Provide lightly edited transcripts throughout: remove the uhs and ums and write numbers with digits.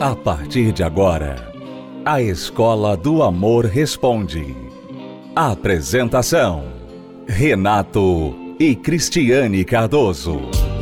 A partir de agora, a Escola do Amor Responde. Apresentação: Renato e Cristiane Cardoso.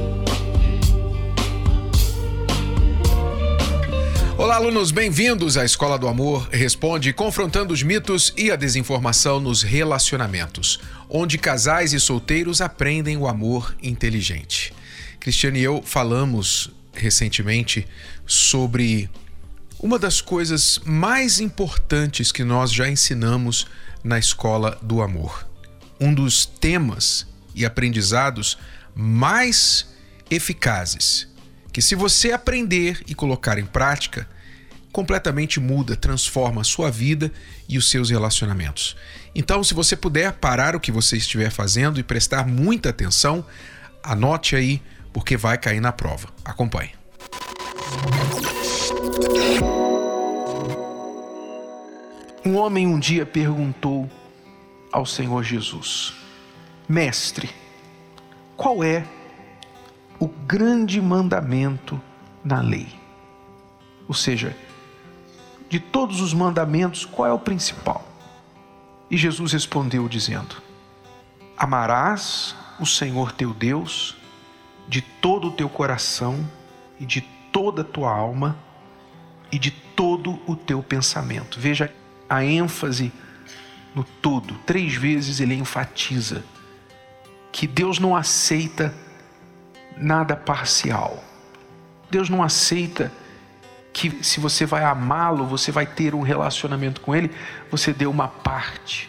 Olá, alunos, bem-vindos à Escola do Amor Responde, confrontando os mitos e a desinformação nos relacionamentos, onde casais e solteiros aprendem o amor inteligente. Cristiane e eu falamos recentemente sobre uma das coisas mais importantes que nós já ensinamos na Escola do Amor. Um dos temas e aprendizados mais eficazes, que se você aprender e colocar em prática, completamente muda, transforma a sua vida e os seus relacionamentos. Então, se você puder parar o que você estiver fazendo e prestar muita atenção, anote aí, porque vai cair na prova. Acompanhe. Um homem um dia perguntou ao Senhor Jesus: Mestre, qual é o grande mandamento na lei? Ou seja, de todos os mandamentos, qual é o principal? E Jesus respondeu dizendo: amarás o Senhor teu Deus de todo o teu coração e de toda a tua alma e de todo o teu pensamento. Veja a ênfase no todo. 3 vezes ele enfatiza que Deus não aceita nada parcial. Deus não aceita que se você vai amá-lo, você vai ter um relacionamento com ele, você dê uma parte.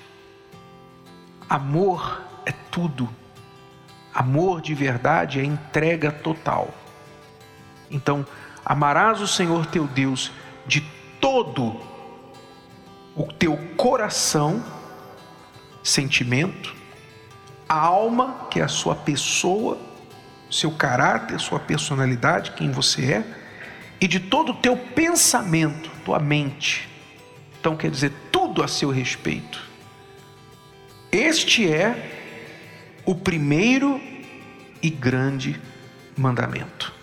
Amor é tudo. Amor de verdade é entrega total. Então, amarás o Senhor teu Deus de todo o teu coração, sentimento, a alma, que é a sua pessoa, seu caráter, sua personalidade, quem você é, e de todo o teu pensamento, tua mente. Então quer dizer, tudo a seu respeito. Este é o primeiro e grande mandamento.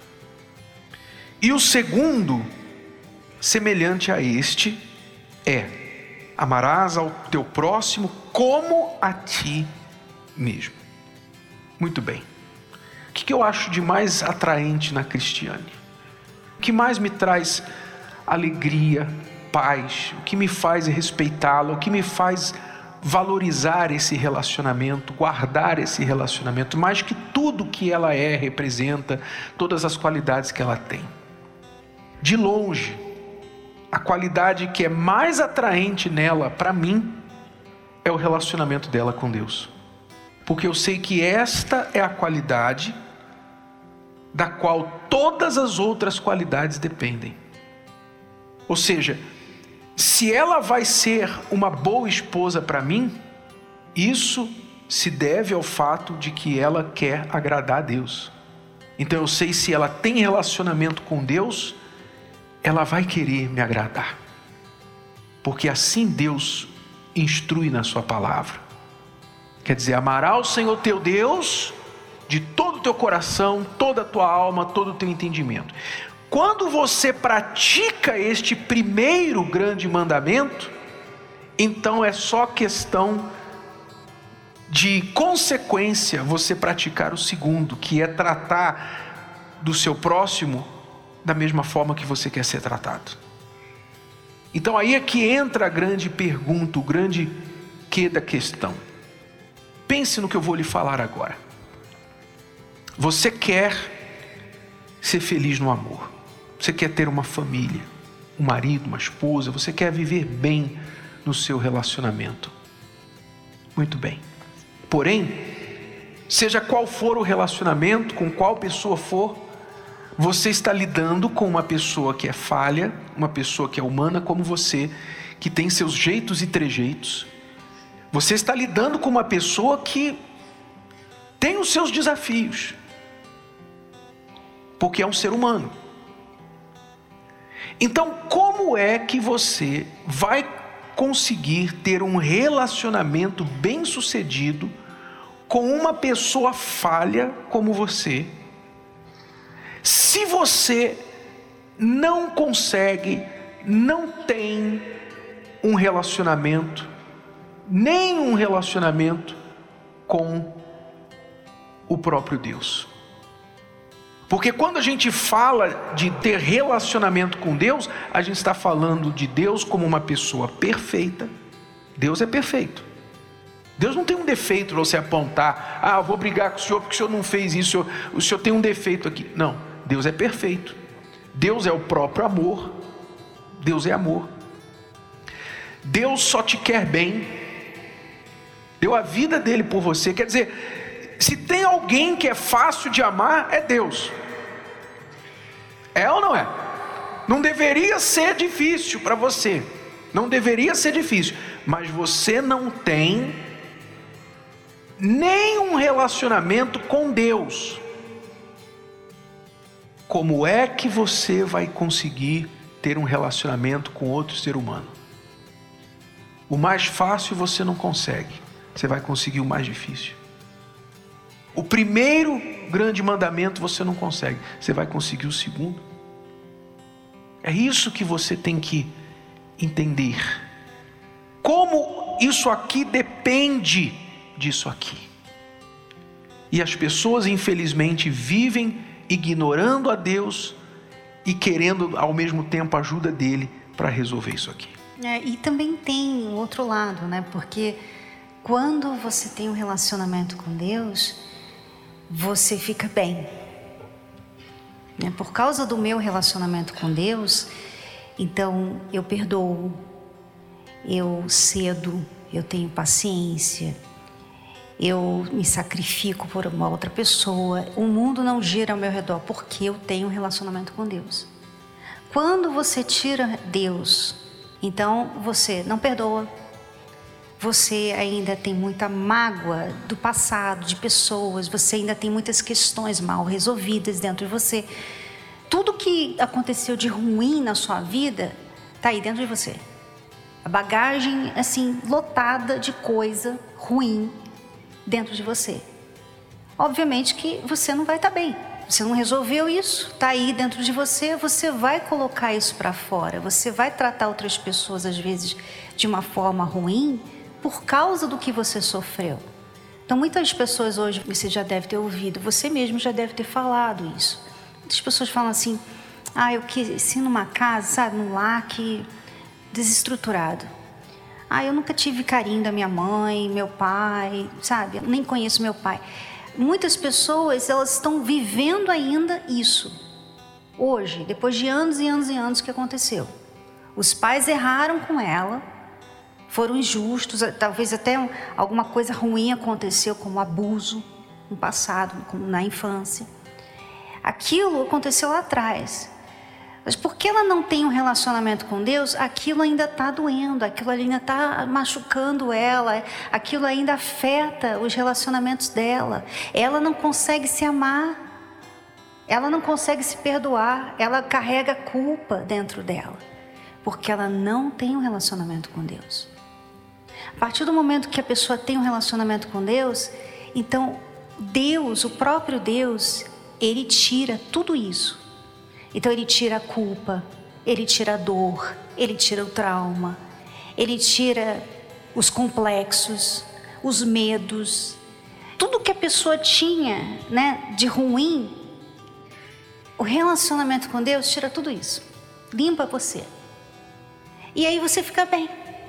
E o segundo, semelhante a este, é: amarás ao teu próximo como a ti mesmo. Muito bem. O que eu acho de mais atraente na Cristiane? O que mais me traz alegria, paz, o que me faz respeitá-la, o que me faz valorizar esse relacionamento, guardar esse relacionamento, mais que tudo que ela é, representa, todas as qualidades que ela tem. De longe, a qualidade que é mais atraente nela, para mim, é o relacionamento dela com Deus. Porque eu sei que esta é a qualidade da qual todas as outras qualidades dependem. Ou seja, se ela vai ser uma boa esposa para mim, isso se deve ao fato de que ela quer agradar a Deus. Então eu sei, se ela tem relacionamento com Deus, ela vai querer me agradar. Porque assim Deus instrui na sua palavra. Quer dizer, amarás o Senhor teu Deus de todo o teu coração, toda a tua alma, todo o teu entendimento. Quando você pratica este primeiro grande mandamento, então é só questão de consequência você praticar o segundo, que é tratar do seu próximo da mesma forma que você quer ser tratado. Então aí é que entra a grande pergunta, o grande quê da questão. Pense no que eu vou lhe falar agora. Você quer ser feliz no amor. Você quer ter uma família, um marido, uma esposa. Você quer viver bem no seu relacionamento. Muito bem. Porém, seja qual for o relacionamento, com qual pessoa for, você está lidando com uma pessoa que é falha, uma pessoa que é humana como você, que tem seus jeitos e trejeitos. Você está lidando com uma pessoa que tem os seus desafios, porque é um ser humano. Então, como é que você vai conseguir ter um relacionamento bem-sucedido com uma pessoa falha como você, se você não consegue, não tem um relacionamento, nenhum relacionamento com o próprio Deus. Porque quando a gente fala de ter relacionamento com Deus, a gente está falando de Deus como uma pessoa perfeita. Deus é perfeito. Deus não tem um defeito para você apontar. Eu vou brigar com o senhor porque o senhor não fez isso, o senhor tem um defeito aqui. Não, Deus é perfeito. Deus é o próprio amor. Deus é amor. Deus só te quer bem. Deu a vida dele por você. Quer dizer, se tem alguém que é fácil de amar, é Deus. É ou não é? Não deveria ser difícil para você. Não deveria ser difícil. Mas você não tem nenhum relacionamento com Deus. Como é que você vai conseguir ter um relacionamento com outro ser humano? O mais fácil você não consegue. Você vai conseguir o mais difícil. O primeiro grande mandamento você não consegue. Você vai conseguir o segundo. É isso que você tem que entender. Como isso aqui depende disso aqui. E as pessoas infelizmente vivem ignorando a Deus e querendo ao mesmo tempo a ajuda dele para resolver isso aqui. E também tem o outro lado, né? Porque quando você tem um relacionamento com Deus, você fica bem. Por causa do meu relacionamento com Deus, então eu perdoo, eu cedo, eu tenho paciência, eu me sacrifico por uma outra pessoa. O mundo não gira ao meu redor porque eu tenho um relacionamento com Deus. Quando você tira Deus, então você não perdoa, você ainda tem muita mágoa do passado, de pessoas, você ainda tem muitas questões mal resolvidas dentro de você. Tudo que aconteceu de ruim na sua vida está aí dentro de você. A bagagem, assim, lotada de coisa ruim dentro de você. Obviamente que você não vai estar bem. Você não resolveu isso, está aí dentro de você, você vai colocar isso para fora. Você vai tratar outras pessoas, às vezes, de uma forma ruim, por causa do que você sofreu. Então muitas pessoas hoje, você já deve ter ouvido, você mesmo já deve ter falado isso. Muitas pessoas falam assim, eu cresci numa casa, sabe, num lar que desestruturado. Eu nunca tive carinho da minha mãe, meu pai, sabe, eu nem conheço meu pai. Muitas pessoas, elas estão vivendo ainda isso, hoje, depois de anos e anos e anos que aconteceu. Os pais erraram com ela, foram injustos, talvez até alguma coisa ruim aconteceu, como abuso no passado, como na infância. Aquilo aconteceu lá atrás. Mas porque ela não tem um relacionamento com Deus, aquilo ainda está doendo, aquilo ainda está machucando ela, aquilo ainda afeta os relacionamentos dela. Ela não consegue se amar, ela não consegue se perdoar, ela carrega culpa dentro dela, porque ela não tem um relacionamento com Deus. A partir do momento que a pessoa tem um relacionamento com Deus, então Deus, o próprio Deus, Ele tira tudo isso. Então Ele tira a culpa, Ele tira a dor, Ele tira o trauma, Ele tira os complexos, os medos, tudo que a pessoa tinha, né, de ruim. O relacionamento com Deus tira tudo isso, limpa você. E aí você fica bem.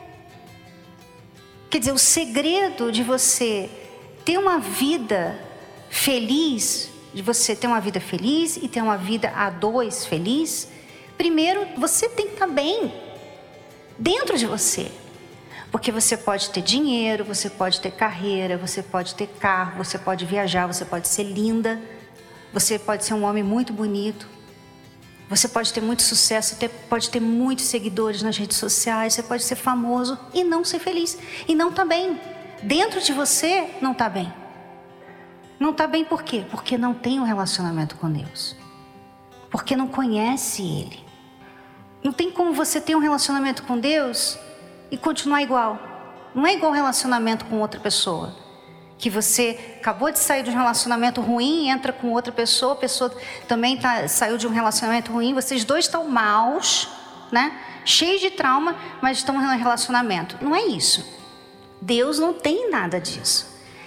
Quer dizer, o segredo de você ter uma vida feliz, de você ter uma vida feliz e ter uma vida a dois feliz, primeiro você tem que estar bem dentro de você. Porque você pode ter dinheiro, você pode ter carreira, você pode ter carro, você pode viajar, você pode ser linda, você pode ser um homem muito bonito, você pode ter muito sucesso, pode ter muitos seguidores nas redes sociais, você pode ser famoso e não ser feliz. E não está bem. Dentro de você não está bem. Não está bem por quê? Porque não tem um relacionamento com Deus. Porque não conhece Ele. Não tem como você ter um relacionamento com Deus e continuar igual. Não é igual relacionamento com outra pessoa. que você acabou de sair de um relacionamento ruim, entra com outra pessoa, a pessoa também saiu de um relacionamento ruim, vocês dois estão maus, né? Cheios de trauma, mas estão em um relacionamento. Não é isso. Deus não tem nada disso.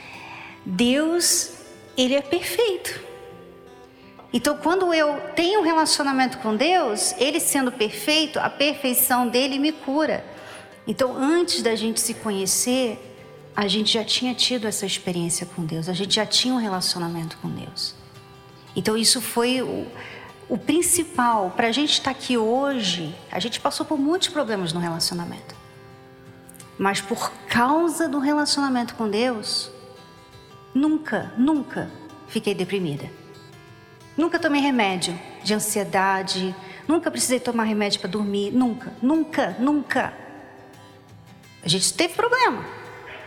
Deus, Ele é perfeito. Então, quando eu tenho um relacionamento com Deus, Ele sendo perfeito, a perfeição dEle me cura. Então, antes da gente se conhecer, a gente já tinha tido essa experiência com Deus, a gente já tinha um relacionamento com Deus. Então isso foi o principal. Para a gente estar aqui hoje, a gente passou por muitos problemas no relacionamento. Mas por causa do relacionamento com Deus, nunca fiquei deprimida. Nunca tomei remédio de ansiedade, nunca precisei tomar remédio para dormir, nunca. A gente teve problema.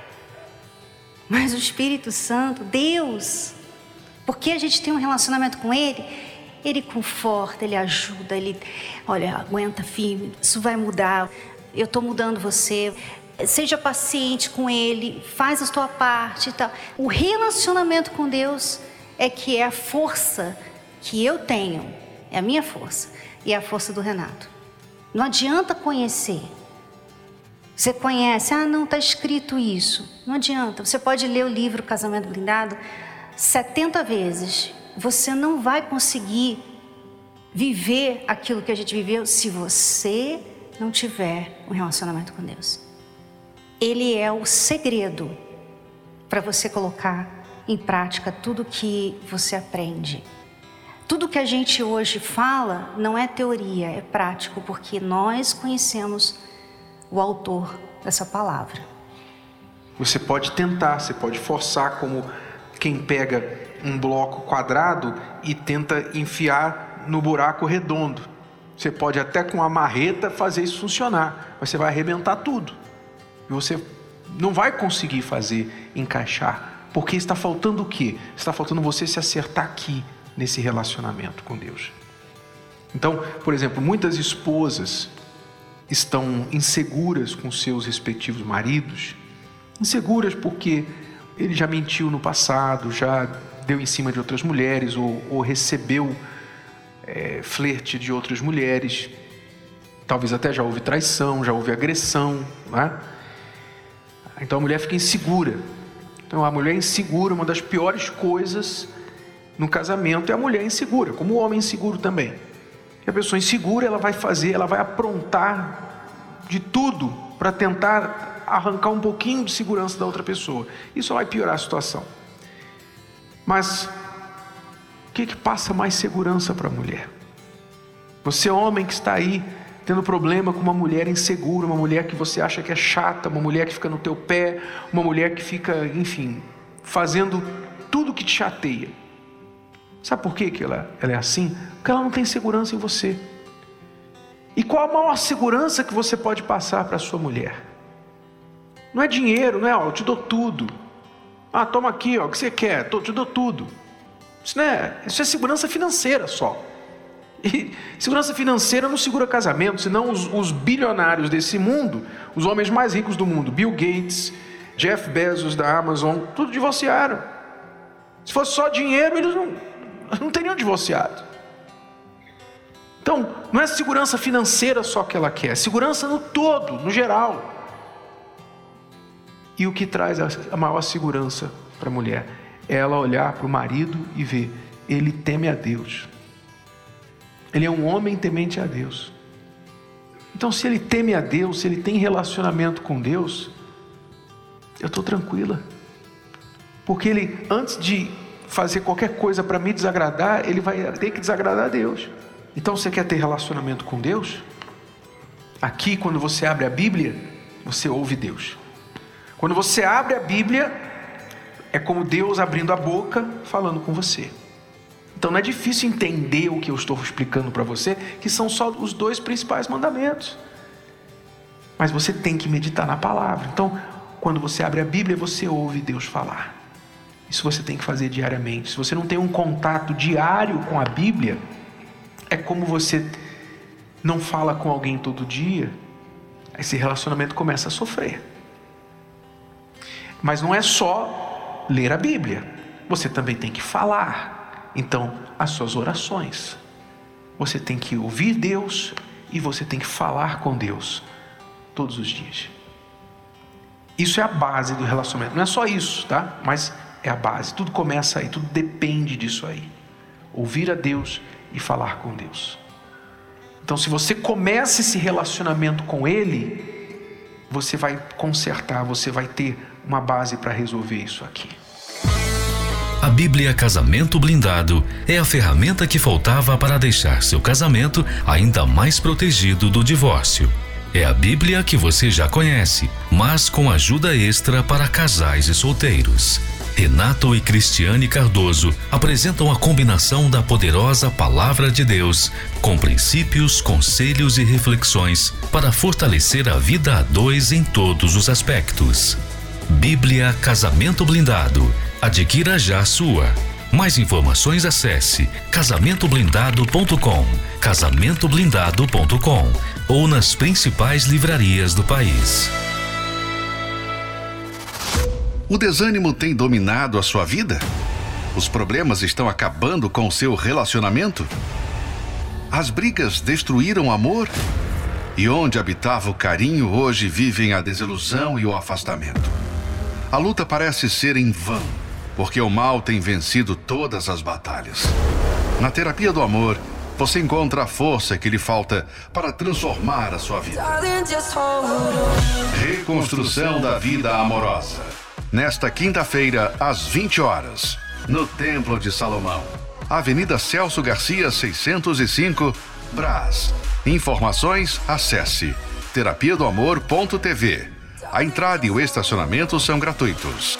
Mas o Espírito Santo, Deus, porque a gente tem um relacionamento com Ele, Ele conforta, Ele ajuda, Ele, olha, aguenta firme, isso vai mudar, eu estou mudando você, seja paciente com Ele, faz a tua parte e tal. O relacionamento com Deus é que é a força que eu tenho, é a minha força e é a força do Renato. Não adianta conhecer. Você conhece, não está escrito isso. Não adianta, você pode ler o livro Casamento Blindado 70 vezes. Você não vai conseguir viver aquilo que a gente viveu se você não tiver um relacionamento com Deus. Ele é o segredo para você colocar em prática tudo que você aprende. Tudo que a gente hoje fala não é teoria, é prático, porque nós conhecemos o autor dessa palavra. Você pode tentar, você pode forçar, como quem pega um bloco quadrado e tenta enfiar no buraco redondo. Você pode até com a marreta fazer isso funcionar, mas você vai arrebentar tudo. E você não vai conseguir fazer encaixar, porque está faltando o quê? Está faltando você se acertar aqui, nesse relacionamento com Deus. Então, por exemplo, muitas esposas estão inseguras com seus respectivos maridos, inseguras porque ele já mentiu no passado, já deu em cima de outras mulheres ou recebeu flerte de outras mulheres, talvez até já houve traição, já houve agressão, né? Então a mulher fica insegura. Então a mulher insegura, uma das piores coisas no casamento é a mulher insegura, como o homem inseguro também. A pessoa insegura, ela vai aprontar de tudo para tentar arrancar um pouquinho de segurança da outra pessoa. Isso vai piorar a situação. Mas o que passa mais segurança para a mulher? Você, homem que está aí tendo problema com uma mulher insegura, uma mulher que você acha que é chata, uma mulher que fica no teu pé, uma mulher que fica, enfim, fazendo tudo que te chateia. Sabe por que ela é assim? Porque ela não tem segurança em você. E qual a maior segurança que você pode passar para a sua mulher? Não é dinheiro, não é, eu te dou tudo. Toma aqui, o que você quer? Eu te dou tudo. Isso é segurança financeira só. E segurança financeira não segura casamento, senão os bilionários desse mundo, os homens mais ricos do mundo, Bill Gates, Jeff Bezos da Amazon, tudo divorciaram. Se fosse só dinheiro, eles não teriam divorciado. Então, não é segurança financeira só que ela quer, é segurança no todo, no geral. E o que traz a maior segurança para a mulher é ela olhar para o marido e ver, ele teme a Deus. Ele é um homem temente a Deus. Então, se ele teme a Deus, se ele tem relacionamento com Deus, eu estou tranquila. Porque ele, antes de fazer qualquer coisa para me desagradar, ele vai ter que desagradar a Deus. Então, você quer ter relacionamento com Deus? Aqui, quando você abre a Bíblia, você ouve Deus. Quando você abre a Bíblia, é como Deus abrindo a boca, falando com você. Então não é difícil entender o que eu estou explicando para você, que são só os 2 principais mandamentos. Mas você tem que meditar na palavra. Então, quando você abre a Bíblia, você ouve Deus falar. Isso você tem que fazer diariamente. Se você não tem um contato diário com a Bíblia, é como você não fala com alguém todo dia, esse relacionamento começa a sofrer. Mas não é só ler a Bíblia. Você também tem que falar. Então, as suas orações. Você tem que ouvir Deus e você tem que falar com Deus todos os dias. Isso é a base do relacionamento. Não é só isso, tá? Mas é a base. Tudo começa aí, tudo depende disso aí. Ouvir a Deus e falar com Deus. Então, se você começa esse relacionamento com Ele, você vai consertar, você vai ter uma base para resolver isso aqui. A Bíblia Casamento Blindado é a ferramenta que faltava para deixar seu casamento ainda mais protegido do divórcio. É a Bíblia que você já conhece, mas com ajuda extra para casais e solteiros. Renato e Cristiane Cardoso apresentam a combinação da poderosa Palavra de Deus com princípios, conselhos e reflexões para fortalecer a vida a dois em todos os aspectos. Bíblia Casamento Blindado. Adquira já a sua. Mais informações acesse casamentoblindado.com, casamentoblindado.com ou nas principais livrarias do país. O desânimo tem dominado a sua vida? Os problemas estão acabando com o seu relacionamento? As brigas destruíram o amor? E onde habitava o carinho, hoje vivem a desilusão e o afastamento. A luta parece ser em vão, porque o mal tem vencido todas as batalhas. Na terapia do amor, você encontra a força que lhe falta para transformar a sua vida. Reconstrução da vida amorosa. Nesta quinta-feira, às 20 horas, no Templo de Salomão, Avenida Celso Garcia, 605, Brás. Informações, acesse terapiadoamor.tv. A entrada e o estacionamento são gratuitos.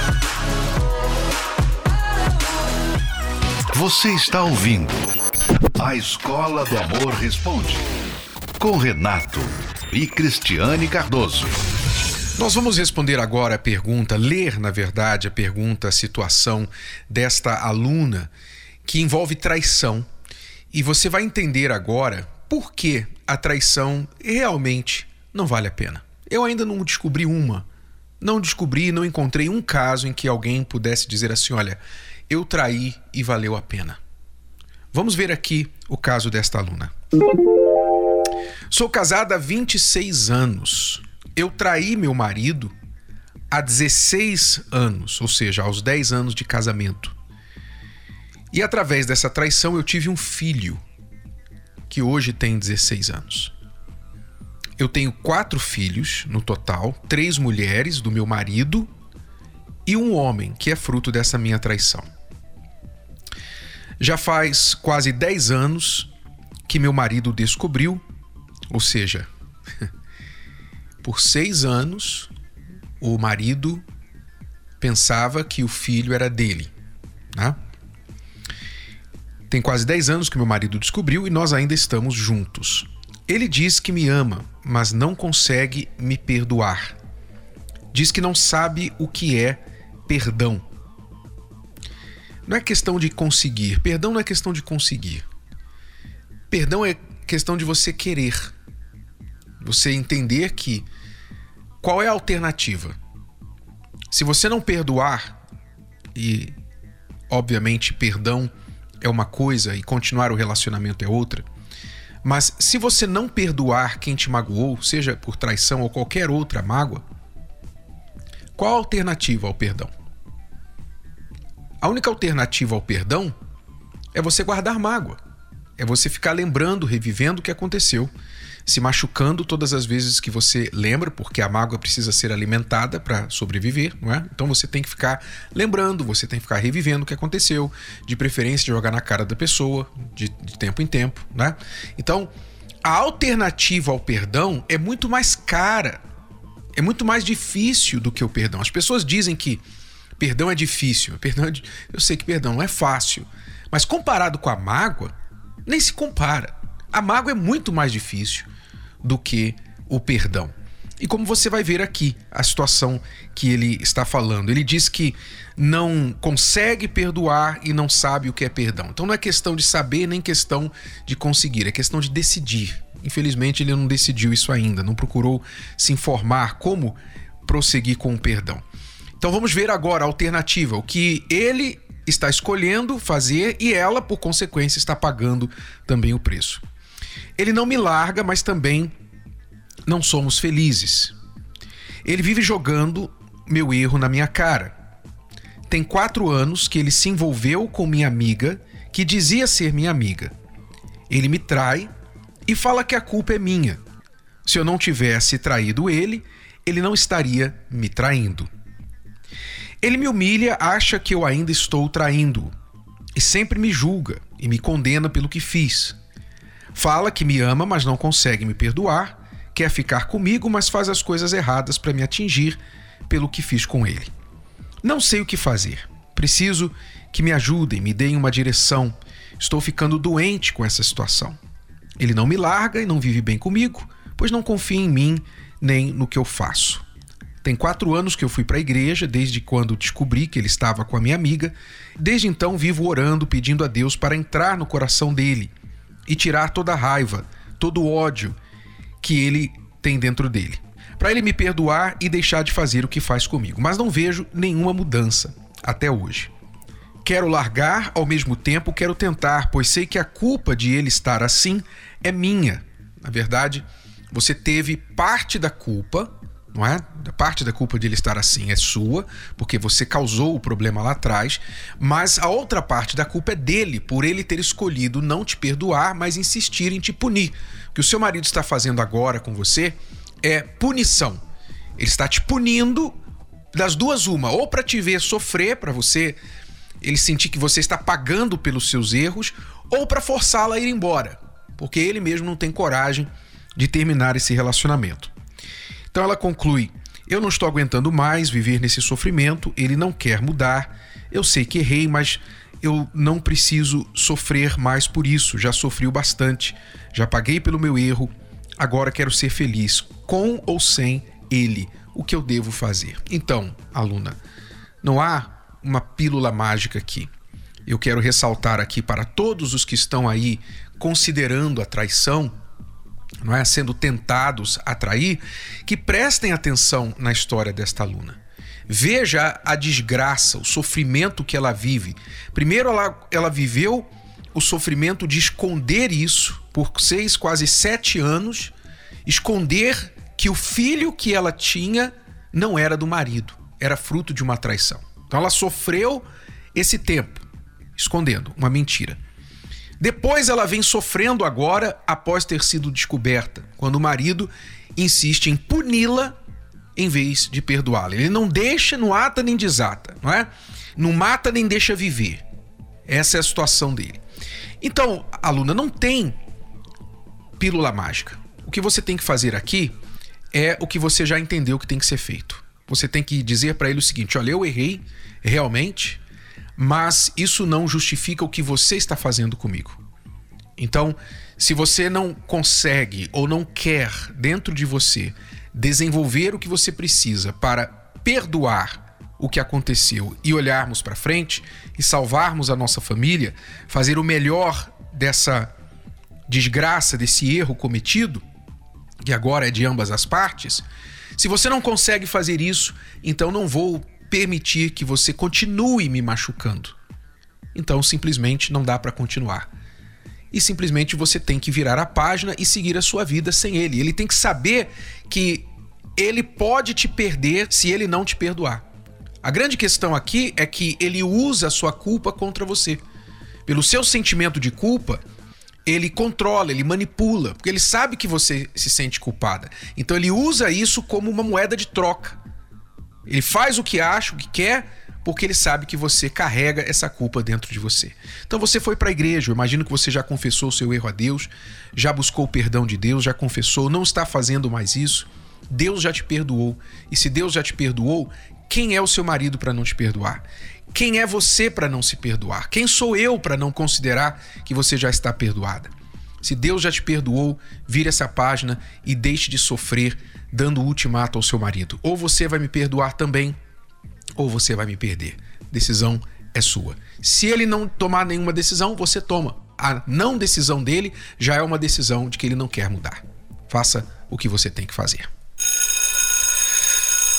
Você está ouvindo A Escola do Amor Responde, com Renato e Cristiane Cardoso. Nós vamos responder agora a pergunta, ler, na verdade, a pergunta, a situação desta aluna que envolve traição. E você vai entender agora por que a traição realmente não vale a pena. Eu ainda não descobri não encontrei um caso em que alguém pudesse dizer assim, olha, eu traí e valeu a pena. Vamos ver aqui o caso desta aluna. Sou casada há 26 anos. Eu traí meu marido há 16 anos, ou seja, aos 10 anos de casamento. E através dessa traição eu tive um filho, que hoje tem 16 anos. Eu tenho 4 filhos no total, 3 mulheres do meu marido e um homem, que é fruto dessa minha traição. Já faz quase 10 anos que meu marido descobriu, ou seja, por 6 anos, o marido pensava que o filho era dele, né? Tem quase 10 anos que meu marido descobriu e nós ainda estamos juntos. Ele diz que me ama, mas não consegue me perdoar. Diz que não sabe o que é perdão. Não é questão de conseguir. Perdão não é questão de conseguir. Perdão é questão de você querer. Você entender que qual é a alternativa. Se você não perdoar, e obviamente perdão é uma coisa e continuar o relacionamento é outra, mas se você não perdoar quem te magoou, seja por traição ou qualquer outra mágoa, qual a alternativa ao perdão? A única alternativa ao perdão é você guardar mágoa. É você ficar lembrando, revivendo o que aconteceu, se machucando todas as vezes que você lembra, porque a mágoa precisa ser alimentada para sobreviver, não é? Então você tem que ficar lembrando, você tem que ficar revivendo o que aconteceu, de preferência jogar na cara da pessoa, de tempo em tempo, né? Então, a alternativa ao perdão é muito mais cara, é muito mais difícil do que o perdão. As pessoas dizem que perdão é difícil, eu sei que perdão não é fácil, mas comparado com a mágoa, nem se compara. A mágoa é muito mais difícil do que o perdão. E como você vai ver aqui, a situação que ele está falando. Ele diz que não consegue perdoar e não sabe o que é perdão. Então não é questão de saber nem questão de conseguir, é questão de decidir. Infelizmente ele não decidiu isso ainda, não procurou se informar como prosseguir com o perdão. Então vamos ver agora a alternativa, o que ele está escolhendo fazer e ela, por consequência, está pagando também o preço. Ele não me larga, mas também não somos felizes. Ele vive jogando meu erro na minha cara. Tem 4 anos que ele se envolveu com minha amiga, que dizia ser minha amiga. Ele me trai e fala que a culpa é minha. Se eu não tivesse traído ele não estaria me traindo. Ele me humilha, acha que eu ainda estou traindo-o e sempre me julga e me condena pelo que fiz. Fala que me ama, mas não consegue me perdoar, quer ficar comigo, mas faz as coisas erradas para me atingir pelo que fiz com ele. Não sei o que fazer. Preciso que me ajudem, me deem uma direção. Estou ficando doente com essa situação. Ele não me larga e não vive bem comigo, pois não confia em mim nem no que eu faço. Tem 4 anos que eu fui para a igreja, desde quando descobri que ele estava com a minha amiga. Desde então vivo orando, pedindo a Deus para entrar no coração dele e tirar toda a raiva, todo o ódio que ele tem dentro dele, para ele me perdoar e deixar de fazer o que faz comigo. Mas não vejo nenhuma mudança até hoje. Quero largar, ao mesmo tempo quero tentar, pois sei que a culpa de ele estar assim é minha. Na verdade, você teve parte da culpa, não é? A parte da culpa de ele estar assim é sua, porque você causou o problema lá atrás, mas a outra parte da culpa é dele, por ele ter escolhido não te perdoar, mas insistir em te punir. O que o seu marido está fazendo agora com você é punição. Ele está te punindo das duas uma, ou para te ver sofrer, para ele sentir que você está pagando pelos seus erros, ou para forçá-la a ir embora, porque ele mesmo não tem coragem de terminar esse relacionamento. Então ela conclui: eu não estou aguentando mais viver nesse sofrimento, ele não quer mudar, eu sei que errei, mas eu não preciso sofrer mais por isso, já sofri o bastante, já paguei pelo meu erro, agora quero ser feliz, com ou sem ele, o que eu devo fazer? Então, aluna, não há uma pílula mágica aqui. Eu quero ressaltar aqui para todos os que estão aí considerando a traição, não é, sendo tentados a trair, que prestem atenção na história desta aluna. Veja a desgraça, o sofrimento que ela vive. Primeiro ela viveu o sofrimento de esconder isso por 6, quase 7 anos, esconder que o filho que ela tinha não era do marido, era fruto de uma traição. Então ela sofreu esse tempo, escondendo uma mentira. Depois ela vem sofrendo agora após ter sido descoberta, quando o marido insiste em puni-la em vez de perdoá-la. Ele não deixa, não ata nem desata, não é? Não mata nem deixa viver. Essa é a situação dele. Então, aluna, não tem pílula mágica. O que você tem que fazer aqui é o que você já entendeu que tem que ser feito. Você tem que dizer para ele o seguinte: olha, eu errei realmente, mas isso não justifica o que você está fazendo comigo. Então, se você não consegue ou não quer dentro de você desenvolver o que você precisa para perdoar o que aconteceu e olharmos para frente e salvarmos a nossa família, fazer o melhor dessa desgraça, desse erro cometido, que agora é de ambas as partes, se você não consegue fazer isso, então não vou permitir que você continue me machucando. Então simplesmente não dá para continuar. E simplesmente você tem que virar a página e seguir a sua vida sem ele. Ele tem que saber que ele pode te perder se ele não te perdoar. A grande questão aqui é que ele usa a sua culpa contra você. Pelo seu sentimento de culpa, ele controla, ele manipula, porque ele sabe que você se sente culpada. Então ele usa isso como uma moeda de troca. Ele faz o que acha, o que quer, porque ele sabe que você carrega essa culpa dentro de você. Então você foi para a igreja, eu imagino que você já confessou o seu erro a Deus, já buscou o perdão de Deus, já confessou, não está fazendo mais isso. Deus já te perdoou. E se Deus já te perdoou, quem é o seu marido para não te perdoar? Quem é você para não se perdoar? Quem sou eu para não considerar que você já está perdoada? Se Deus já te perdoou, vire essa página e deixe de sofrer dando ultimato ao seu marido. Ou você vai me perdoar também, ou você vai me perder. Decisão é sua. Se ele não tomar nenhuma decisão, você toma. A não decisão dele já é uma decisão de que ele não quer mudar. Faça o que você tem que fazer.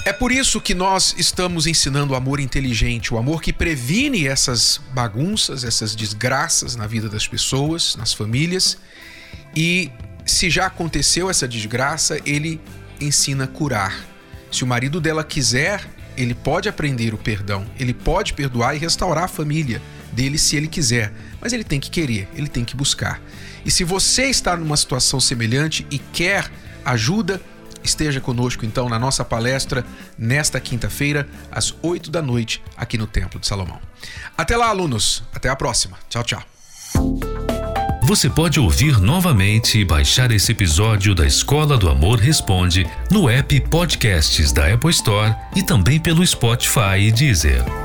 É por isso que nós estamos ensinando o amor inteligente, o amor que previne essas bagunças, essas desgraças na vida das pessoas, nas famílias. E se já aconteceu essa desgraça, ele ensina a curar. Se o marido dela quiser, ele pode aprender o perdão, ele pode perdoar e restaurar a família dele se ele quiser, mas ele tem que querer, ele tem que buscar. E se você está numa situação semelhante e quer ajuda, esteja conosco então na nossa palestra nesta quinta-feira, às 20h, aqui no Templo de Salomão. Até lá, alunos. Até a próxima. Tchau, tchau. Você pode ouvir novamente e baixar esse episódio da Escola do Amor Responde no app Podcasts da Apple Store e também pelo Spotify e Deezer.